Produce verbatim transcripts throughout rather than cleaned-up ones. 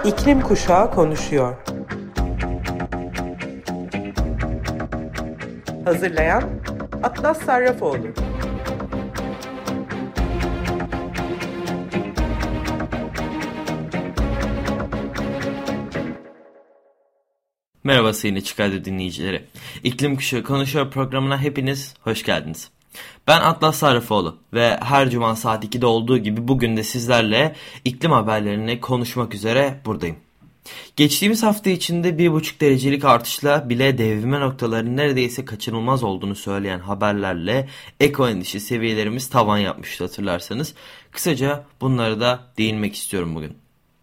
İklim Kuşağı konuşuyor. Hazırlayan Atlas Sarrafoğlu. Merhaba sayın Açık Radyo dinleyicileri. İklim Kuşağı konuşuyor programına hepiniz hoş geldiniz. Ben Atlas Sarrafoğlu ve her cuma saat ikide olduğu gibi bugün de sizlerle iklim haberlerini konuşmak üzere buradayım. Geçtiğimiz hafta içinde bir buçuk derecelik artışla bile devrime noktalarının neredeyse kaçınılmaz olduğunu söyleyen haberlerle eko endişe seviyelerimiz tavan yapmıştı hatırlarsanız. Kısaca bunlara da değinmek istiyorum bugün.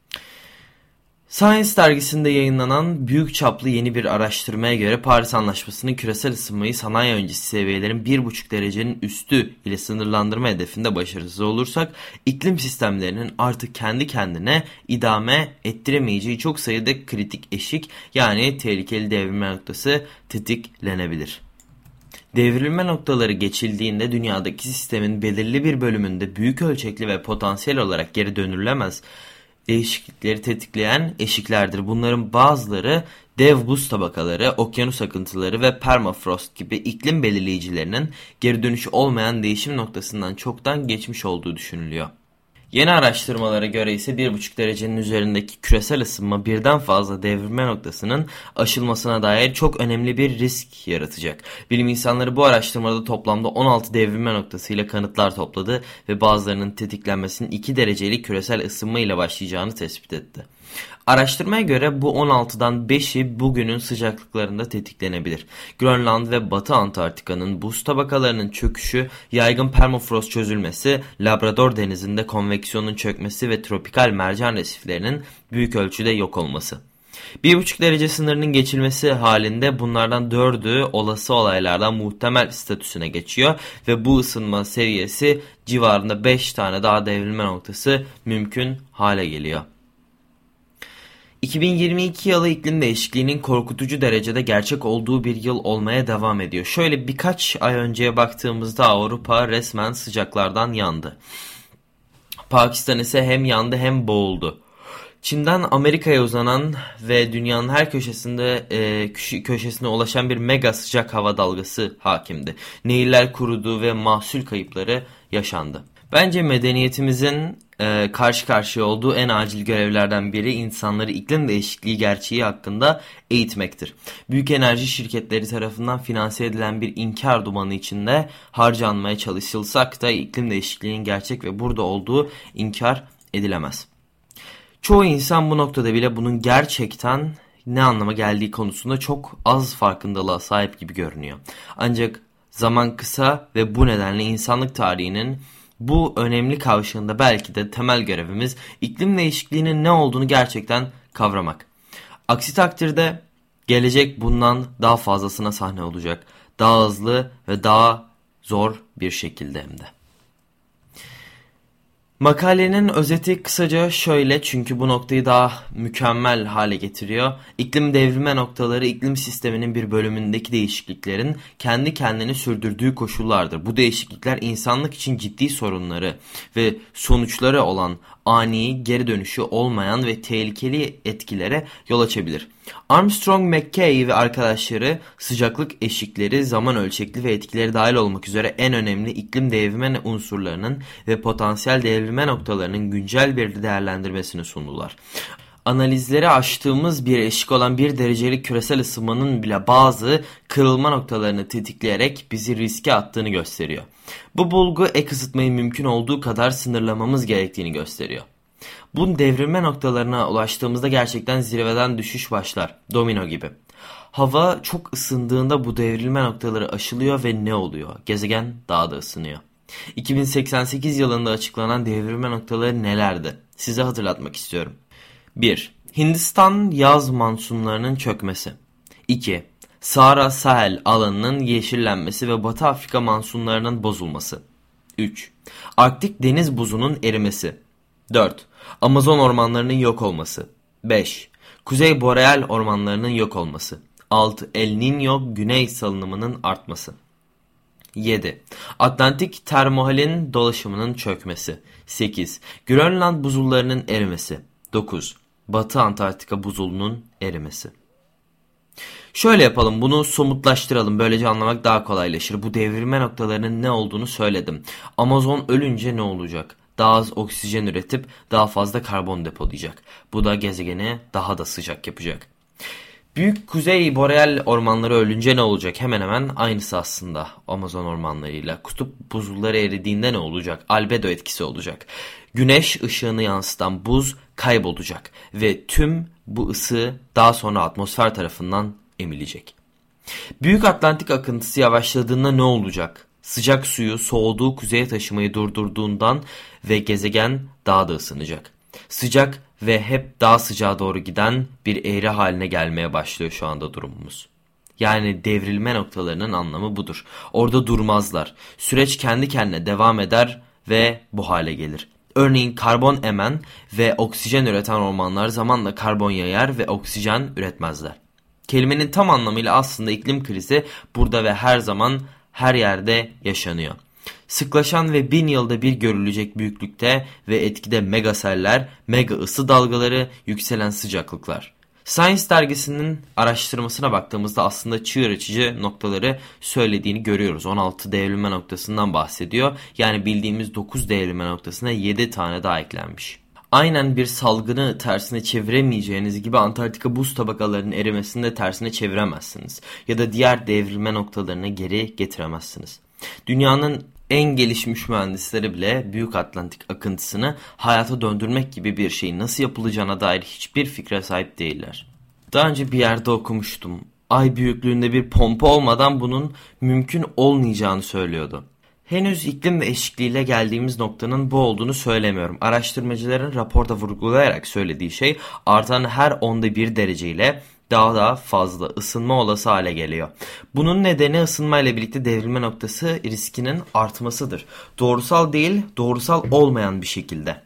Science dergisinde yayınlanan büyük çaplı yeni bir araştırmaya göre Paris Anlaşması'nın küresel ısınmayı sanayi öncesi seviyelerin bir buçuk derecenin üstü ile sınırlandırma hedefinde başarısız olursak iklim sistemlerinin artık kendi kendine idame ettiremeyeceği çok sayıda kritik eşik yani tehlikeli devrilme noktası tetiklenebilir. Devrilme noktaları geçildiğinde dünyadaki sistemin belirli bir bölümünde büyük ölçekli ve potansiyel olarak geri dönülemez değişiklikleri tetikleyen eşiklerdir. Bunların bazıları dev buz tabakaları, okyanus akıntıları ve permafrost gibi iklim belirleyicilerinin geri dönüşü olmayan değişim noktasından çoktan geçmiş olduğu düşünülüyor. Yeni araştırmalara göre ise bir buçuk derecenin üzerindeki küresel ısınma birden fazla devrilme noktasının aşılmasına dair çok önemli bir risk yaratacak. Bilim insanları bu araştırmada toplamda on altı devrilme noktasıyla kanıtlar topladı ve bazılarının tetiklenmesinin iki derecelik küresel ısınma ile başlayacağını tespit etti. Araştırmaya göre bu on altıdan beşi bugünün sıcaklıklarında tetiklenebilir. Grönland ve Batı Antarktika'nın buz tabakalarının çöküşü, yaygın permafrost çözülmesi, Labrador denizinde konveksiyonun çökmesi ve tropikal mercan resiflerinin büyük ölçüde yok olması. bir buçuk derece sınırının geçilmesi halinde bunlardan dördü olası olaylardan muhtemel statüsüne geçiyor ve bu ısınma seviyesi civarında beş tane daha devrilme noktası mümkün hale geliyor. iki bin yirmi iki yılı iklim değişikliğinin korkutucu derecede gerçek olduğu bir yıl olmaya devam ediyor. Şöyle birkaç ay önceye baktığımızda Avrupa resmen sıcaklardan yandı. Pakistan ise hem yandı hem boğuldu. Çin'den Amerika'ya uzanan ve dünyanın her köşesinde e, köşesine ulaşan bir mega sıcak hava dalgası hakimdi. Nehirler kurudu ve mahsul kayıpları yaşandı. Bence medeniyetimizin e, karşı karşıya olduğu en acil görevlerden biri insanları iklim değişikliği gerçeği hakkında eğitmektir. Büyük enerji şirketleri tarafından finanse edilen bir inkar dumanı içinde harcanmaya çalışılsak da iklim değişikliğinin gerçek ve burada olduğu inkar edilemez. Çoğu insan bu noktada bile bunun gerçekten ne anlama geldiği konusunda çok az farkındalığa sahip gibi görünüyor. Ancak zaman kısa ve bu nedenle insanlık tarihinin bu önemli kavşağında belki de temel görevimiz iklim değişikliğinin ne olduğunu gerçekten kavramak. Aksi takdirde gelecek bundan daha fazlasına sahne olacak. Daha hızlı ve daha zor bir şekilde hem de. Makalenin özeti kısaca şöyle çünkü bu noktayı daha mükemmel hale getiriyor. İklim devrilme noktaları iklim sisteminin bir bölümündeki değişikliklerin kendi kendini sürdürdüğü koşullardır. Bu değişiklikler insanlık için ciddi sorunları ve sonuçları olan ani, geri dönüşü olmayan ve tehlikeli etkilere yol açabilir. Armstrong McKay ve arkadaşları sıcaklık eşikleri, zaman ölçekli ve etkileri dahil olmak üzere en önemli iklim devrimi unsurlarının ve potansiyel devrilme noktalarının güncel bir değerlendirmesini sundular. Analizleri aştığımız bir eşik olan bir derecelik küresel ısınmanın bile bazı kırılma noktalarını tetikleyerek bizi riske attığını gösteriyor. Bu bulgu ek ısıtmayı mümkün olduğu kadar sınırlamamız gerektiğini gösteriyor. Bu devrilme noktalarına ulaştığımızda gerçekten zirveden düşüş başlar, domino gibi. Hava çok ısındığında bu devrilme noktaları aşılıyor ve ne oluyor? Gezegen daha da ısınıyor. iki bin seksen sekiz yılında açıklanan devrilme noktaları nelerdi? Size hatırlatmak istiyorum. bir. Hindistan yaz monsunlarının çökmesi. iki. Sahra-Sahel alanının yeşillenmesi ve Batı Afrika monsunlarının bozulması. üç. Arktik deniz buzunun erimesi. dört. Amazon ormanlarının yok olması. beş. Kuzey Boreal ormanlarının yok olması. altı. El Niño güney salınımının artması. yedi. Atlantik termohalin dolaşımının çökmesi. sekiz. Grönland buzullarının erimesi. dokuz. Batı Antarktika buzulunun erimesi. Şöyle yapalım, bunu somutlaştıralım, böylece anlamak daha kolaylaşır. Bu devrilme noktalarının ne olduğunu söyledim. Amazon ölünce ne olacak? Daha az oksijen üretip daha fazla karbon depolayacak. Bu da gezegeni daha da sıcak yapacak. Büyük kuzey boreal ormanları ölünce ne olacak? Hemen hemen aynısı aslında Amazon ormanlarıyla. Kutup buzulları eridiğinde ne olacak? Albedo etkisi olacak. Güneş ışığını yansıtan buz kaybolacak ve tüm bu ısı daha sonra atmosfer tarafından emilecek. Büyük Atlantik akıntısı yavaşladığında ne olacak? Sıcak suyu soğuduğu kuzeye taşımayı durdurduğundan ve gezegen daha da ısınacak. Sıcak ve hep daha sıcağa doğru giden bir eğri haline gelmeye başlıyor şu anda durumumuz. Yani devrilme noktalarının anlamı budur. Orada durmazlar. Süreç kendi kendine devam eder ve bu hale gelir. Örneğin karbon emen ve oksijen üreten ormanlar zamanla karbon yayar ve oksijen üretmezler. Kelimenin tam anlamıyla aslında iklim krizi burada ve her zaman her yerde yaşanıyor. Sıklaşan ve bin yılda bir görülecek büyüklükte ve etkide megaseller, mega ısı dalgaları, yükselen sıcaklıklar. Science dergisinin araştırmasına baktığımızda aslında çığır açıcı noktaları söylediğini görüyoruz. on altı devrilme noktasından bahsediyor. Yani bildiğimiz dokuz devrilme noktasına yedi tane daha eklenmiş. Aynen bir salgını tersine çeviremeyeceğiniz gibi Antarktika buz tabakalarının erimesini de tersine çeviremezsiniz. Ya da diğer devrilme noktalarını geri getiremezsiniz. Dünyanın en gelişmiş mühendisleri bile Büyük Atlantik akıntısını hayata döndürmek gibi bir şeyin nasıl yapılacağına dair hiçbir fikre sahip değiller. Daha önce bir yerde okumuştum. Ay büyüklüğünde bir pompa olmadan bunun mümkün olmayacağını söylüyordu. Henüz iklim değişikliğiyle geldiğimiz noktanın bu olduğunu söylemiyorum. Araştırmacıların raporda vurgulayarak söylediği şey artan her onda bir dereceyle daha da fazla ısınma olası hale geliyor. Bunun nedeni ısınmayla birlikte devrilme noktası riskinin artmasıdır. Doğrusal değil, doğrusal olmayan bir şekilde.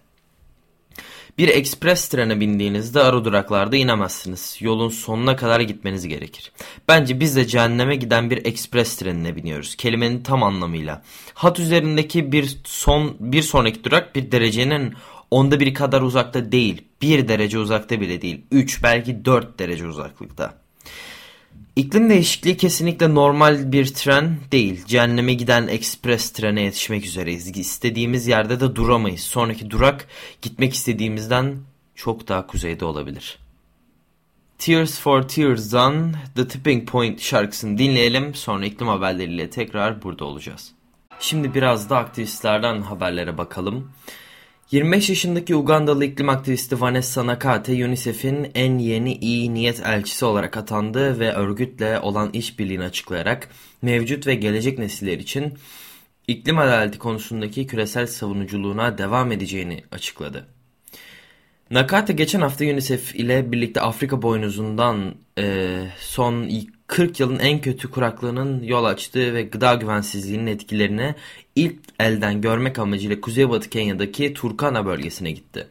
Bir ekspres trene bindiğinizde ara duraklarda inemezsiniz. Yolun sonuna kadar gitmeniz gerekir. Bence biz de cehenneme giden bir ekspres trenine biniyoruz. Kelimenin tam anlamıyla. Hat üzerindeki bir son bir sonraki durak bir derecenin onda biri kadar uzakta değil. Bir derece uzakta bile değil. Üç belki dört derece uzaklıkta. İklim değişikliği kesinlikle normal bir tren değil. Cehenneme giden ekspres trene yetişmek üzereyiz. İstediğimiz yerde de duramayız. Sonraki durak gitmek istediğimizden çok daha kuzeyde olabilir. Tears for Tears'dan The Tipping Point şarkısını dinleyelim. Sonra iklim haberleriyle tekrar burada olacağız. Şimdi biraz da aktivistlerden haberlere bakalım. yirmi beş yaşındaki Ugandalı iklim aktivisti Vanessa Nakate, UNICEF'in en yeni iyi niyet elçisi olarak atandı ve örgütle olan işbirliğini açıklayarak mevcut ve gelecek nesiller için iklim adaleti konusundaki küresel savunuculuğuna devam edeceğini açıkladı. Nakate geçen hafta UNICEF ile birlikte Afrika boynuzundan e, son kırk yılın en kötü kuraklığının yol açtığı ve gıda güvensizliğinin etkilerini ilk elden görmek amacıyla Kuzeybatı Kenya'daki Turkana bölgesine gitti.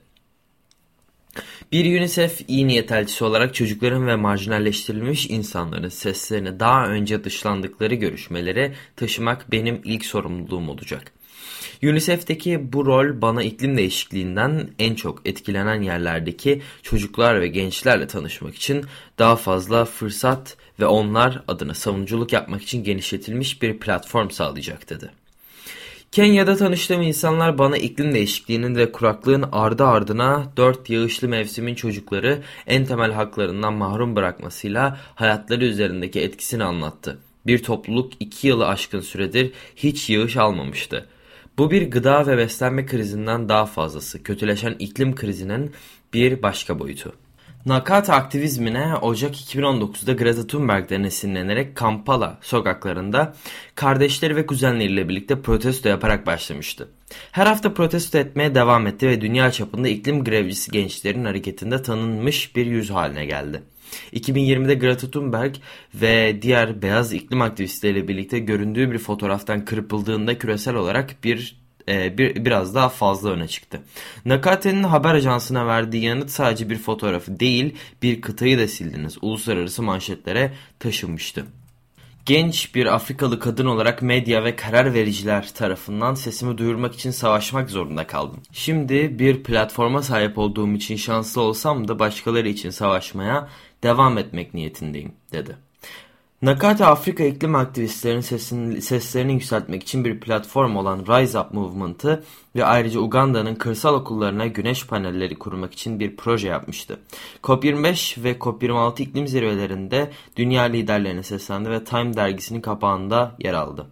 Bir UNICEF iyi niyet elçisi olarak çocukların ve marjinalleştirilmiş insanların seslerini daha önce dışlandıkları görüşmeleri taşımak benim ilk sorumluluğum olacak. UNICEF'teki bu rol bana iklim değişikliğinden en çok etkilenen yerlerdeki çocuklar ve gençlerle tanışmak için daha fazla fırsat ve onlar adına savunuculuk yapmak için genişletilmiş bir platform sağlayacak dedi. Kenya'da tanıştığım insanlar bana iklim değişikliğinin ve kuraklığın ardı ardına dört yağışlı mevsimin çocukları en temel haklarından mahrum bırakmasıyla hayatları üzerindeki etkisini anlattı. Bir topluluk iki yılı aşkın süredir hiç yağış almamıştı. Bu bir gıda ve beslenme krizinden daha fazlası, kötüleşen iklim krizinin bir başka boyutu. Nakate aktivizmine Ocak iki bin on dokuzda Greta Thunberg'den esinlenerek Kampala sokaklarında kardeşleri ve kuzenleriyle birlikte protesto yaparak başlamıştı. Her hafta protesto etmeye devam etti ve dünya çapında iklim grevcisi gençlerin hareketinde tanınmış bir yüz haline geldi. iki bin yirmide Greta Thunberg ve diğer beyaz iklim aktivistleriyle birlikte göründüğü bir fotoğraftan kırpıldığında küresel olarak bir e, bir biraz daha fazla öne çıktı. Nakate'nin haber ajansına verdiği yanıt sadece bir fotoğrafı değil, bir kıtayı da sildiniz. Uluslararası manşetlere taşınmıştı. Genç bir Afrikalı kadın olarak medya ve karar vericiler tarafından sesimi duyurmak için savaşmak zorunda kaldım. Şimdi bir platforma sahip olduğum için şanslı olsam da başkaları için savaşmaya devam etmek niyetindeyim, dedi. Nakate Afrika iklim aktivistlerinin sesini, seslerini yükseltmek için bir platform olan Rise Up Movement'ı ve ayrıca Uganda'nın kırsal okullarına güneş panelleri kurmak için bir proje yapmıştı. COP yirmi beş ve COP yirmi altı iklim zirvelerinde dünya liderlerine seslendi ve Time dergisinin kapağında yer aldı.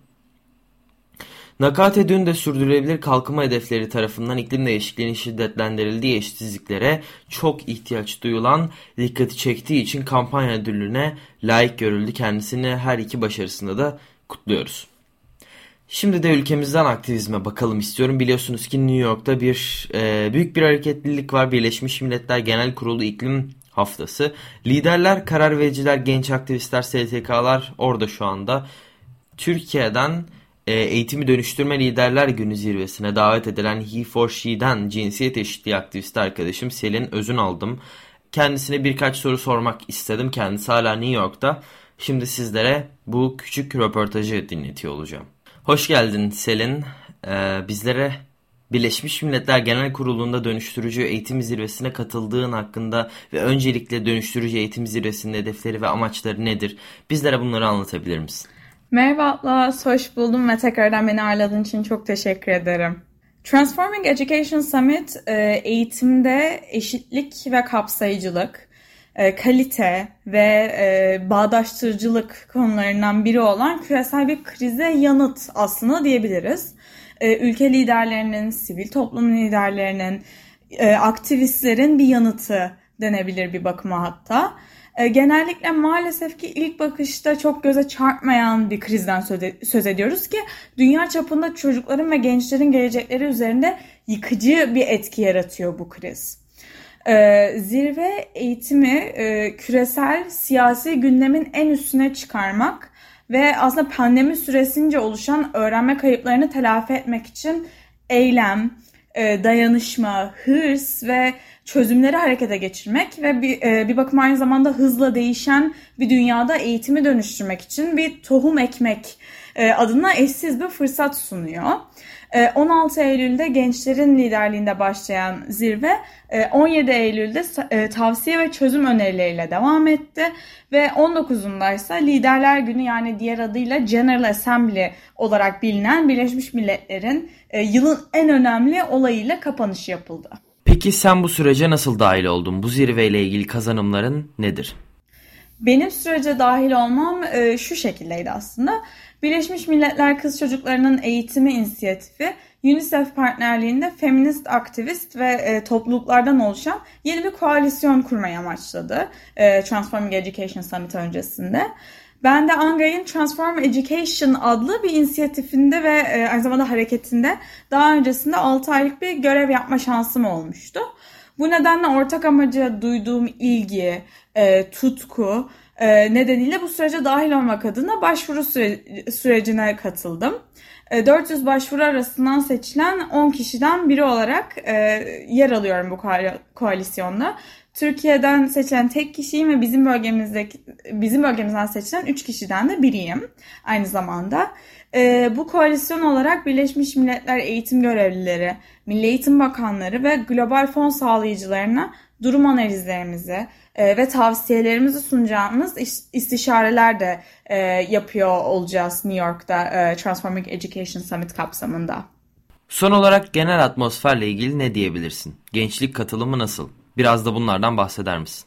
Nakate dün de sürdürülebilir kalkınma hedefleri tarafından iklim değişikliğinin şiddetlendirildiği eşitsizliklere çok ihtiyaç duyulan dikkati çektiği için kampanya ödülüne layık görüldü. Kendisini her iki başarısında da kutluyoruz. Şimdi de ülkemizden aktivizme bakalım istiyorum. Biliyorsunuz ki New York'ta bir e, büyük bir hareketlilik var. Birleşmiş Milletler Genel Kurulu İklim Haftası. Liderler, karar vericiler, genç aktivistler, S T K'lar orada şu anda. Türkiye'den Eğitimi Dönüştürme Liderler Günü zirvesine davet edilen He for She'den cinsiyet eşitliği aktivisti arkadaşım Selin Özünaldım. Kendisine birkaç soru sormak istedim. Kendisi hala New York'ta. Şimdi sizlere bu küçük röportajı dinletiyor olacağım. Hoş geldin Selin. Ee, bizlere Birleşmiş Milletler Genel Kurulu'nda dönüştürücü eğitim zirvesine katıldığın hakkında ve öncelikle dönüştürücü eğitim zirvesinin hedefleri ve amaçları nedir? Bizlere bunları anlatabilir misin? Merhaba Atlas, hoş buldum ve tekrardan beni ağırladığın için çok teşekkür ederim. Transforming Education Summit, eğitimde eşitlik ve kapsayıcılık, kalite ve bağdaştırıcılık konularından biri olan küresel bir krize yanıt aslında diyebiliriz. Ülke liderlerinin, sivil toplum liderlerinin, aktivistlerin bir yanıtı denebilir bir bakıma hatta. Genellikle maalesef ki ilk bakışta çok göze çarpmayan bir krizden söz ediyoruz ki dünya çapında çocukların ve gençlerin gelecekleri üzerinde yıkıcı bir etki yaratıyor bu kriz. Zirve eğitimi küresel siyasi gündemin en üstüne çıkarmak ve aslında pandemi süresince oluşan öğrenme kayıplarını telafi etmek için eylem, dayanışma, hırs ve çözümleri harekete geçirmek ve bir, bir bakım aynı zamanda hızla değişen bir dünyada eğitimi dönüştürmek için bir tohum ekmek adına eşsiz bir fırsat sunuyor. on altı Eylül'de gençlerin liderliğinde başlayan zirve on yedi Eylül'de tavsiye ve çözüm önerileriyle devam etti ve on dokuzunda ise Liderler Günü, yani diğer adıyla General Assembly olarak bilinen Birleşmiş Milletler'in yılın en önemli olayıyla kapanış yapıldı. Peki sen bu sürece nasıl dahil oldun? Bu zirveyle ilgili kazanımların nedir? Benim sürece dahil olmam e, şu şekildeydi aslında. Birleşmiş Milletler Kız Çocuklarının Eğitimi İnisiyatifi, UNICEF partnerliğinde feminist aktivist ve e, topluluklardan oluşan yeni bir koalisyon kurmayı amaçladı e, Transforming Education Summit öncesinde. Ben de ANGA'nın Transform Education adlı bir inisiyatifinde ve e, aynı zamanda hareketinde daha öncesinde altı aylık bir görev yapma şansım olmuştu. Bu nedenle ortak amaca duyduğum ilgi, e, tutku e, nedeniyle bu sürece dahil olmak adına başvuru süre, sürecine katıldım. E, dört yüz başvuru arasından seçilen on kişiden biri olarak e, yer alıyorum bu koalisyonda. Türkiye'den seçilen tek kişiyim ve bizim bölgemizdeki bizim bölgemizden seçilen üç kişiden de biriyim aynı zamanda. Ee, bu koalisyon olarak Birleşmiş Milletler eğitim görevlileri, Milli Eğitim Bakanları ve global fon sağlayıcılarına durum analizlerimizi e, ve tavsiyelerimizi sunacağımız istişareler de e, yapıyor olacağız New York'ta e, Transforming Education Summit kapsamında. Son olarak genel atmosferle ilgili ne diyebilirsin? Gençlik katılımı nasıl? Biraz da bunlardan bahseder misin?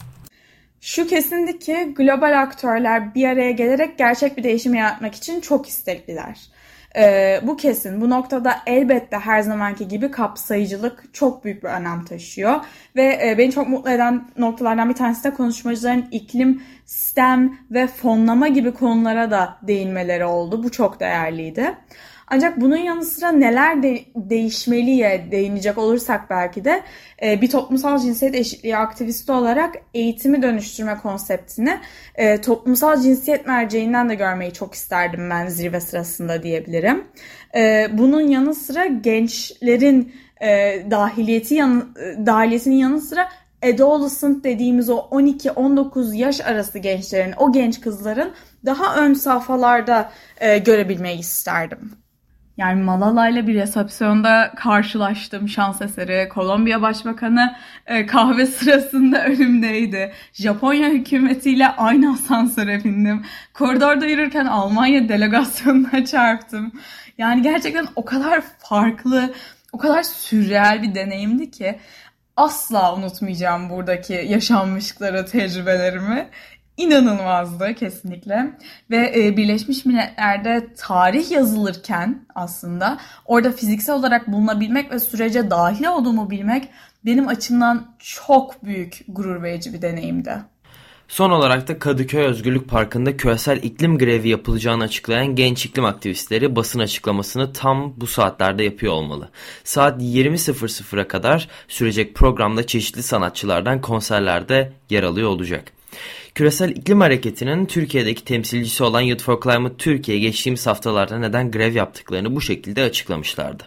Şu kesindir ki global aktörler bir araya gelerek gerçek bir değişim yaratmak için çok istekliler. Ee, bu kesin. Bu noktada elbette her zamanki gibi kapsayıcılık çok büyük bir önem taşıyor. Ve e, beni çok mutlu eden noktalardan bir tanesi de konuşmacıların iklim, STEM ve fonlama gibi konulara da değinmeleri oldu. Bu çok değerliydi. Ancak bunun yanı sıra neler de değişmeliye değinecek olursak belki de e, bir toplumsal cinsiyet eşitliği aktivisti olarak eğitimi dönüştürme konseptini e, toplumsal cinsiyet merceğinden de görmeyi çok isterdim ben zirve sırasında diyebilirim. E, bunun yanı sıra gençlerin e, dahiliyeti yan, dahiliyetinin yanı sıra adolescent dediğimiz o on iki on dokuz yaş arası gençlerin, o genç kızların daha ön safhalarda e, görebilmeyi isterdim. Yani Malala ile bir resepsiyonda karşılaştım, şans eseri. Kolombiya Başbakanı e, kahve sırasında önümdeydi. Japonya hükümetiyle aynı asansöre bindim. Koridorda yürürken Almanya delegasyonuna çarptım. Yani gerçekten o kadar farklı, o kadar sürreal bir deneyimdi ki asla unutmayacağım buradaki yaşanmışlıkları, tecrübelerimi. İnanılmazdı kesinlikle ve e, Birleşmiş Milletler'de tarih yazılırken aslında orada fiziksel olarak bulunabilmek ve sürece dahil olduğumu bilmek benim açımdan çok büyük gurur verici bir deneyimdi. Son olarak da Kadıköy Özgürlük Parkı'nda küresel iklim grevi yapılacağını açıklayan genç iklim aktivistleri basın açıklamasını tam bu saatlerde yapıyor olmalı. Saat yirmi sıfıra kadar sürecek programda çeşitli sanatçılardan konserlerde yer alıyor olacak. Küresel iklim hareketinin Türkiye'deki temsilcisi olan Youth for Climate Türkiye geçtiğimiz haftalarda neden grev yaptıklarını bu şekilde açıklamışlardı.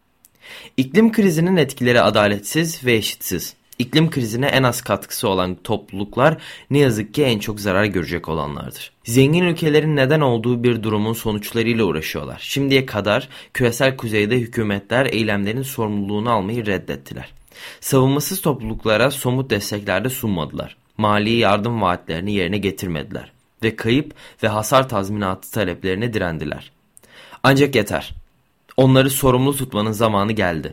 İklim krizinin etkileri adaletsiz ve eşitsiz. İklim krizine en az katkısı olan topluluklar ne yazık ki en çok zarar görecek olanlardır. Zengin ülkelerin neden olduğu bir durumun sonuçlarıyla uğraşıyorlar. Şimdiye kadar küresel kuzeyde hükümetler eylemlerin sorumluluğunu almayı reddettiler. Savunmasız topluluklara somut destekler de sunmadılar. Mali yardım vaatlerini yerine getirmediler ve kayıp ve hasar tazminatı taleplerine direndiler. Ancak yeter. Onları sorumlu tutmanın zamanı geldi.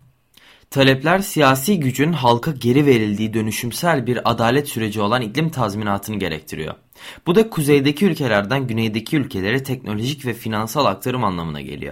Talepler siyasi gücün halka geri verildiği dönüşümsel bir adalet süreci olan iklim tazminatını gerektiriyor. Bu da kuzeydeki ülkelerden güneydeki ülkelere teknolojik ve finansal aktarım anlamına geliyor.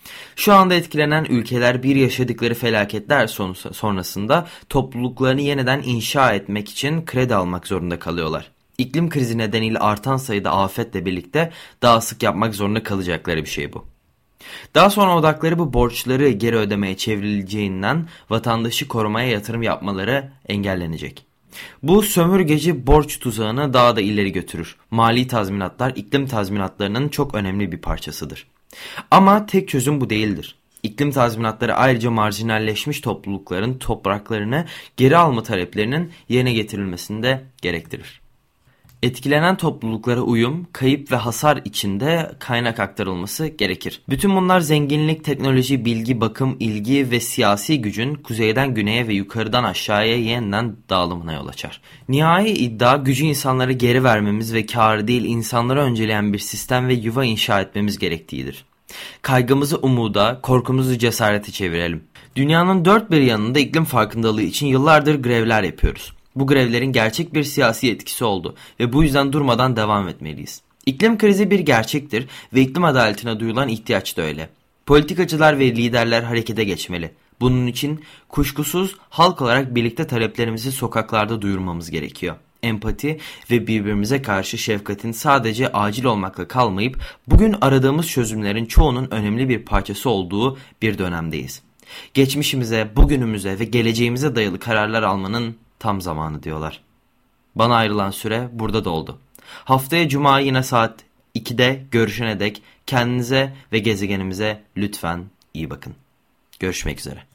Şu anda etkilenen ülkeler bir yaşadıkları felaketler sonrasında topluluklarını yeniden inşa etmek için kredi almak zorunda kalıyorlar. İklim krizi nedeniyle artan sayıda afetle birlikte daha sık yapmak zorunda kalacakları bir şey bu. Daha sonra odakları bu borçları geri ödemeye çevrileceğinden vatandaşı korumaya yatırım yapmaları engellenecek. Bu sömürgeci borç tuzağını daha da ileri götürür. Mali tazminatlar iklim tazminatlarının çok önemli bir parçasıdır. Ama tek çözüm bu değildir. İklim tazminatları ayrıca marjinalleşmiş toplulukların topraklarını geri alma taleplerinin yerine getirilmesini de gerektirir. Etkilenen topluluklara uyum, kayıp ve hasar içinde kaynak aktarılması gerekir. Bütün bunlar zenginlik, teknoloji, bilgi, bakım, ilgi ve siyasi gücün kuzeyden güneye ve yukarıdan aşağıya yeniden dağılımına yol açar. Nihai iddia gücü insanlara geri vermemiz ve kârı değil insanları önceleyen bir sistem ve yuva inşa etmemiz gerektiğidir. Kaygımızı umuda, korkumuzu cesarete çevirelim. Dünyanın dört bir yanında iklim farkındalığı için yıllardır grevler yapıyoruz. Bu grevlerin gerçek bir siyasi etkisi oldu ve bu yüzden durmadan devam etmeliyiz. İklim krizi bir gerçektir ve iklim adaletine duyulan ihtiyaç da öyle. Politikacılar ve liderler harekete geçmeli. Bunun için kuşkusuz halk olarak birlikte taleplerimizi sokaklarda duyurmamız gerekiyor. Empati ve birbirimize karşı şefkatin sadece acil olmakla kalmayıp bugün aradığımız çözümlerin çoğunun önemli bir parçası olduğu bir dönemdeyiz. Geçmişimize, bugünümüze ve geleceğimize dayalı kararlar almanın tam zamanı diyorlar. Bana ayrılan süre burada doldu. Haftaya Cuma yine saat ikide görüşene dek kendinize ve gezegenimize lütfen iyi bakın. Görüşmek üzere.